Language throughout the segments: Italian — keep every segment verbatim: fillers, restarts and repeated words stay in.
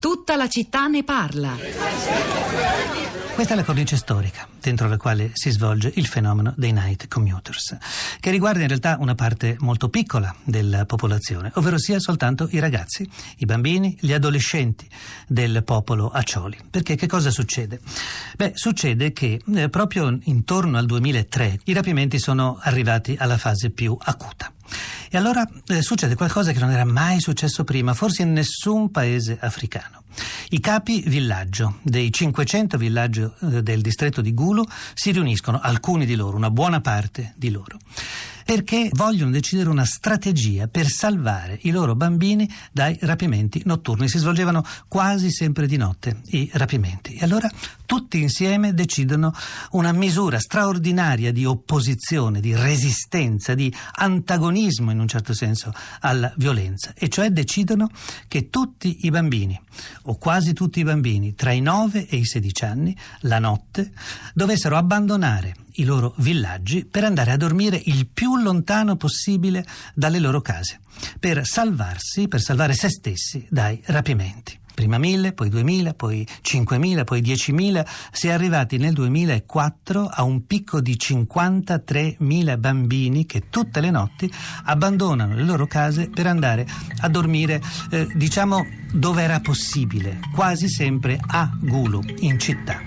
Tutta la città ne parla. Questa è la cornice storica dentro la quale si svolge il fenomeno dei night commuters, che riguarda in realtà una parte molto piccola della popolazione, ovvero sia soltanto i ragazzi, i bambini, gli adolescenti del popolo Acioli. Perché che cosa succede? Beh, succede che eh, proprio intorno al duemilatré i rapimenti sono arrivati alla fase più acuta. E allora eh, succede qualcosa che non era mai successo prima, forse in nessun paese africano. I capi villaggio dei cinquecento villaggi eh, del distretto di Gulu si riuniscono, alcuni di loro, una buona parte di loro, perché vogliono decidere una strategia per salvare i loro bambini dai rapimenti notturni. Si svolgevano quasi sempre di notte i rapimenti. E allora tutti insieme decidono una misura straordinaria di opposizione, di resistenza, di antagonismo in un certo senso alla violenza. E cioè decidono che tutti i bambini, o quasi tutti i bambini, tra i nove e i sedici anni, la notte, dovessero abbandonare i loro villaggi per andare a dormire il più lontano possibile dalle loro case, per salvarsi, per salvare se stessi dai rapimenti. Prima mille, poi duemila, poi cinquemila, poi diecimila, si è arrivati nel duemilaquattro a un picco di cinquantatremila bambini che tutte le notti abbandonano le loro case per andare a dormire, eh, diciamo, dove era possibile, quasi sempre a Gulu, in città.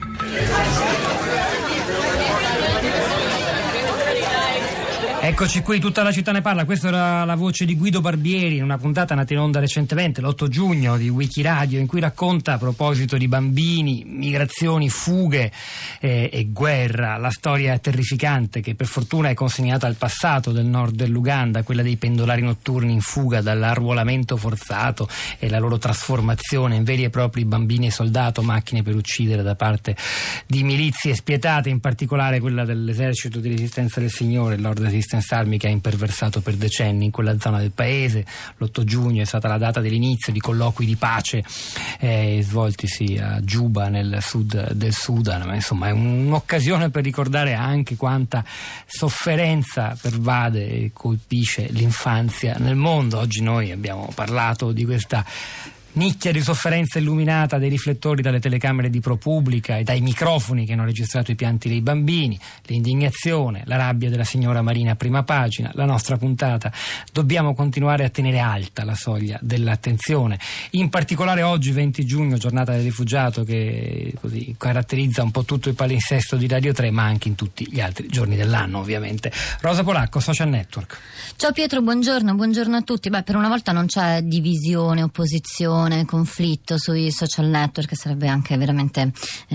Eccoci qui, tutta la città ne parla. Questa era la voce di Guido Barbieri in una puntata nata in onda recentemente, l'otto giugno, di Wikiradio, in cui racconta, a proposito di bambini, migrazioni, fughe eh, e guerra, la storia terrificante che per fortuna è consegnata al passato del nord dell'Uganda, quella dei pendolari notturni in fuga dall'arruolamento forzato e la loro trasformazione in veri e propri bambini e soldato, macchine per uccidere da parte di milizie spietate, in particolare quella dell'esercito di resistenza del Signore, il Lord Resistance Army, che ha imperversato per decenni in quella zona del paese. L'otto giugno è stata la data dell'inizio di colloqui di pace eh, svoltisi a Giuba, nel sud del Sudan, ma insomma è un'occasione per ricordare anche quanta sofferenza pervade e colpisce l'infanzia nel mondo. Oggi noi abbiamo parlato di questa nicchia di sofferenza illuminata dai riflettori, dalle telecamere di ProPublica e dai microfoni che hanno registrato i pianti dei bambini, l'indignazione, la rabbia della signora Marina a prima pagina. La nostra puntata dobbiamo continuare a tenere alta la soglia dell'attenzione, in particolare oggi venti giugno, giornata del rifugiato, che così caratterizza un po' tutto il palinsesto di Radio tre, ma anche in tutti gli altri giorni dell'anno, ovviamente. Rosa Polacco, Social Network. Ciao Pietro, buongiorno, buongiorno a tutti. Beh, per una volta non c'è divisione, opposizione, conflitto sui social network, sarebbe anche veramente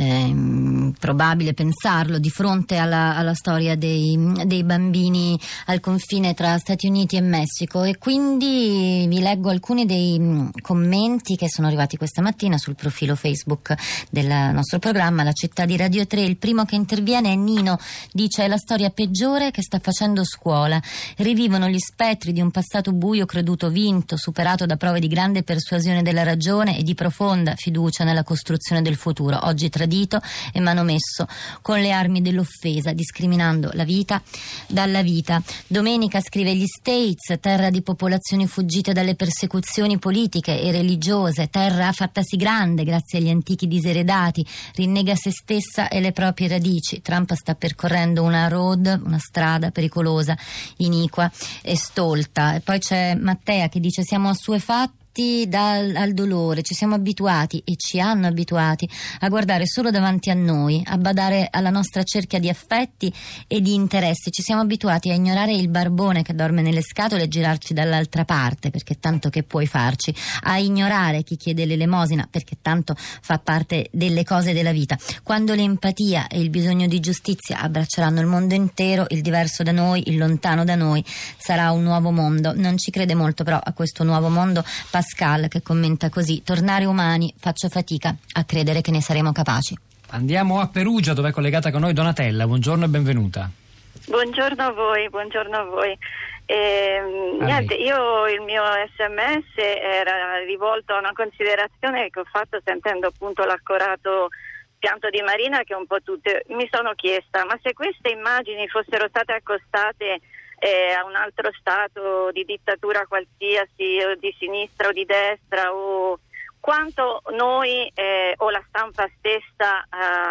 eh, probabile pensarlo di fronte alla, alla storia dei, dei bambini al confine tra Stati Uniti e Messico. E quindi vi leggo alcuni dei commenti che sono arrivati questa mattina sul profilo Facebook del nostro programma La Città di Radio tre. Il primo che interviene è Nino, dice: è la storia peggiore che sta facendo scuola, rivivono gli spettri di un passato buio creduto vinto, superato da prove di grande persuasione della ragione e di profonda fiducia nella costruzione del futuro, oggi tradito e manomesso con le armi dell'offesa, discriminando la vita dalla vita. Domenica scrive: gli States, terra di popolazioni fuggite dalle persecuzioni politiche e religiose, terra fattasi grande grazie agli antichi diseredati, rinnega se stessa e le proprie radici. Trump sta percorrendo una road, una strada pericolosa, iniqua e stolta. E poi c'è Mattea che dice: siamo assuefatti Dal, al dolore, ci siamo abituati e ci hanno abituati a guardare solo davanti a noi, a badare alla nostra cerchia di affetti e di interessi, ci siamo abituati a ignorare il barbone che dorme nelle scatole e girarci dall'altra parte, perché tanto che puoi farci, a ignorare chi chiede l'elemosina, perché tanto fa parte delle cose della vita. Quando l'empatia e il bisogno di giustizia abbracceranno il mondo intero, il diverso da noi, il lontano da noi sarà un nuovo mondo. Non ci crede molto però a questo nuovo mondo Pascal, che commenta così: tornare umani, faccio fatica a credere che ne saremo capaci. Andiamo a Perugia, dove è collegata con noi Donatella. Buongiorno e benvenuta. Buongiorno a voi, buongiorno a voi. Eh, niente, io il mio sms era rivolto a una considerazione che ho fatto sentendo appunto l'accorato pianto di Marina, che un po' tutte mi sono chiesta: ma se queste immagini fossero state accostate eh, a un altro stato di dittatura qualsiasi, o di sinistra o di destra, o quanto noi eh, o la stampa stessa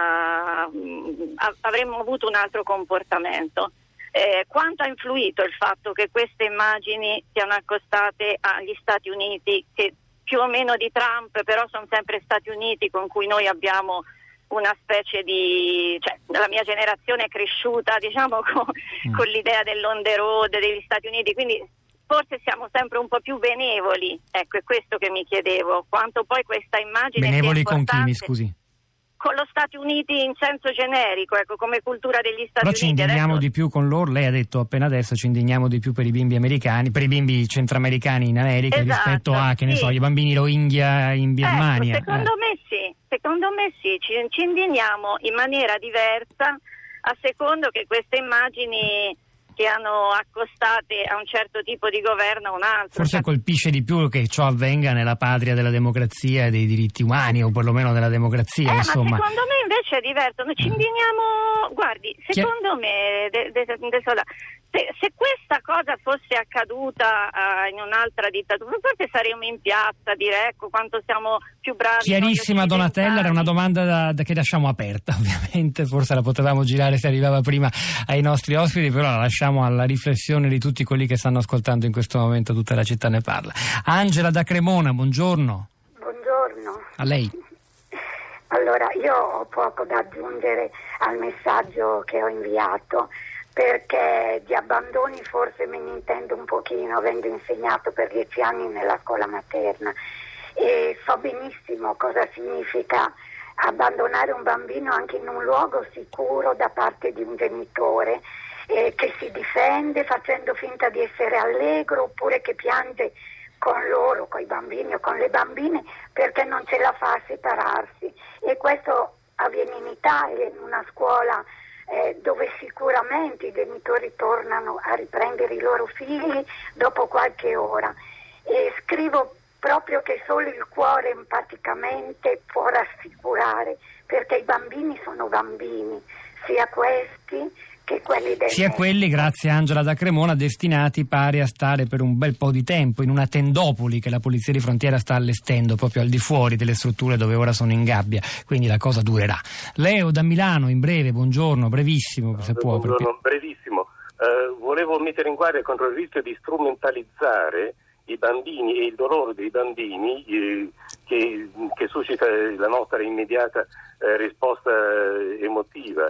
eh, avremmo avuto un altro comportamento. Eh, quanto ha influito il fatto che queste immagini siano accostate agli Stati Uniti, che più o meno di Trump, però sono sempre Stati Uniti con cui noi abbiamo una specie di, cioè la mia generazione è cresciuta diciamo con, mm. con l'idea dell'on the road degli Stati Uniti, quindi forse siamo sempre un po' più benevoli, ecco, è questo che mi chiedevo, quanto poi questa immagine benevoli sia con chi, mi importante scusi? Con lo Stati Uniti in senso generico, ecco, come cultura degli Stati Però Uniti. Però ci indigniamo adesso... di più con loro, lei ha detto appena adesso, ci indigniamo di più per i bimbi americani, per i bimbi centroamericani in America, esatto, rispetto a, che ne sì. so, i bambini Rohingya in Birmania. Ecco, secondo eh. me sì, secondo me sì, ci, ci indigniamo in maniera diversa a secondo che queste immagini siano accostate a un certo tipo di governo o un altro. Forse colpisce di più che ciò avvenga nella patria della democrazia e dei diritti umani, o perlomeno della democrazia, eh, insomma. Ma secondo me invece è diverso, noi ci indigniamo, guardi, secondo Chi... me, de, de, de, de, se, se questa cosa fosse accaduta uh, in un'altra dittatura, forse saremmo in piazza a dire ecco quanto siamo più bravi. Chiarissima Donatella, era una domanda da, da, che lasciamo aperta, ovviamente, forse la potevamo girare se arrivava prima ai nostri ospiti, però la lasciamo alla riflessione di tutti quelli che stanno ascoltando in questo momento. Tutta la città ne parla. Angela da Cremona, buongiorno. Buongiorno. A lei. Allora, io ho poco da aggiungere al messaggio che ho inviato, perché di abbandoni forse me ne intendo un pochino, avendo insegnato per dieci anni nella scuola materna, e so benissimo cosa significa abbandonare un bambino anche in un luogo sicuro da parte di un genitore eh, che si difende facendo finta di essere allegro, oppure che piange con loro, con i bambini o con le bambine, perché non ce la fa a separarsi. E questo avviene in Italia, in una scuola eh, dove sicuramente i genitori tornano a riprendere i loro figli dopo qualche ora. E scrivo proprio che solo il cuore empaticamente può rassicurare, perché i bambini sono bambini, sia questi che quelli del sia quelli, grazie Angela da Cremona, destinati pare a stare per un bel po' di tempo in una tendopoli che la polizia di frontiera sta allestendo proprio al di fuori delle strutture dove ora sono in gabbia, quindi la cosa durerà. Leo da Milano, in breve, buongiorno, brevissimo se può. Buongiorno, brevissimo. Uh, volevo mettere in guardia contro il rischio di strumentalizzare i bambini e il dolore dei bambini eh, che, che suscita la nostra immediata eh, risposta eh, emotiva.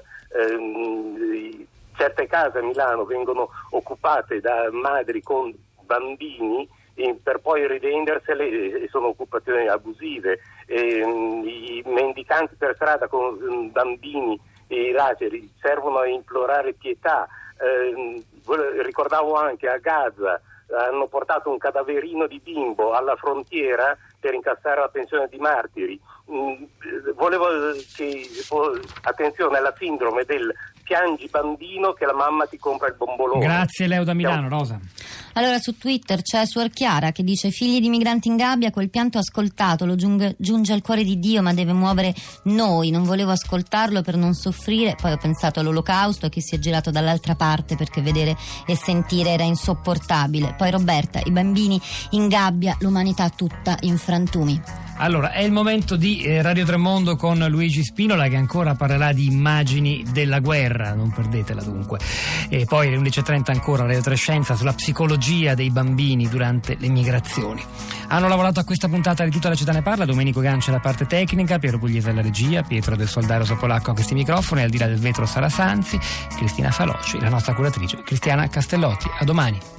Eh, certe case a Milano vengono occupate da madri con bambini eh, per poi rivendersele, e sono occupazioni abusive. Eh, I mendicanti per strada con bambini e laceri servono a implorare pietà. Eh, ricordavo anche a Gaza hanno portato un cadaverino di bimbo alla frontiera per incassare la pensione di martiri. Mm, volevo che attenzione alla sindrome del piangi bambino che la mamma ti compra il bombolone. Grazie Leo da Milano. Rosa. Allora su Twitter c'è Suor Chiara che dice: figli di migranti in gabbia, quel pianto ascoltato lo giunge, giunge al cuore di Dio, ma deve muovere noi, non volevo ascoltarlo per non soffrire, poi ho pensato all'olocausto e chi si è girato dall'altra parte perché vedere e sentire era insopportabile. Poi Roberta, i bambini in gabbia, l'umanità tutta in frantumi. Allora, è il momento di eh, Radio Tremondo con Luigi Spinola, che ancora parlerà di immagini della guerra, non perdetela dunque. E poi alle undici e trenta ancora Radio Trescenza sulla psicologia dei bambini durante le migrazioni. Hanno lavorato a questa puntata di Tutta la città ne parla Domenico Gancia alla parte tecnica, Piero Pugliese alla regia, Pietro del Soldaro Sopolacco a questi microfoni, al di là del vetro Sara Sanzi, Cristina Faloci, la nostra curatrice Cristiana Castellotti. A domani.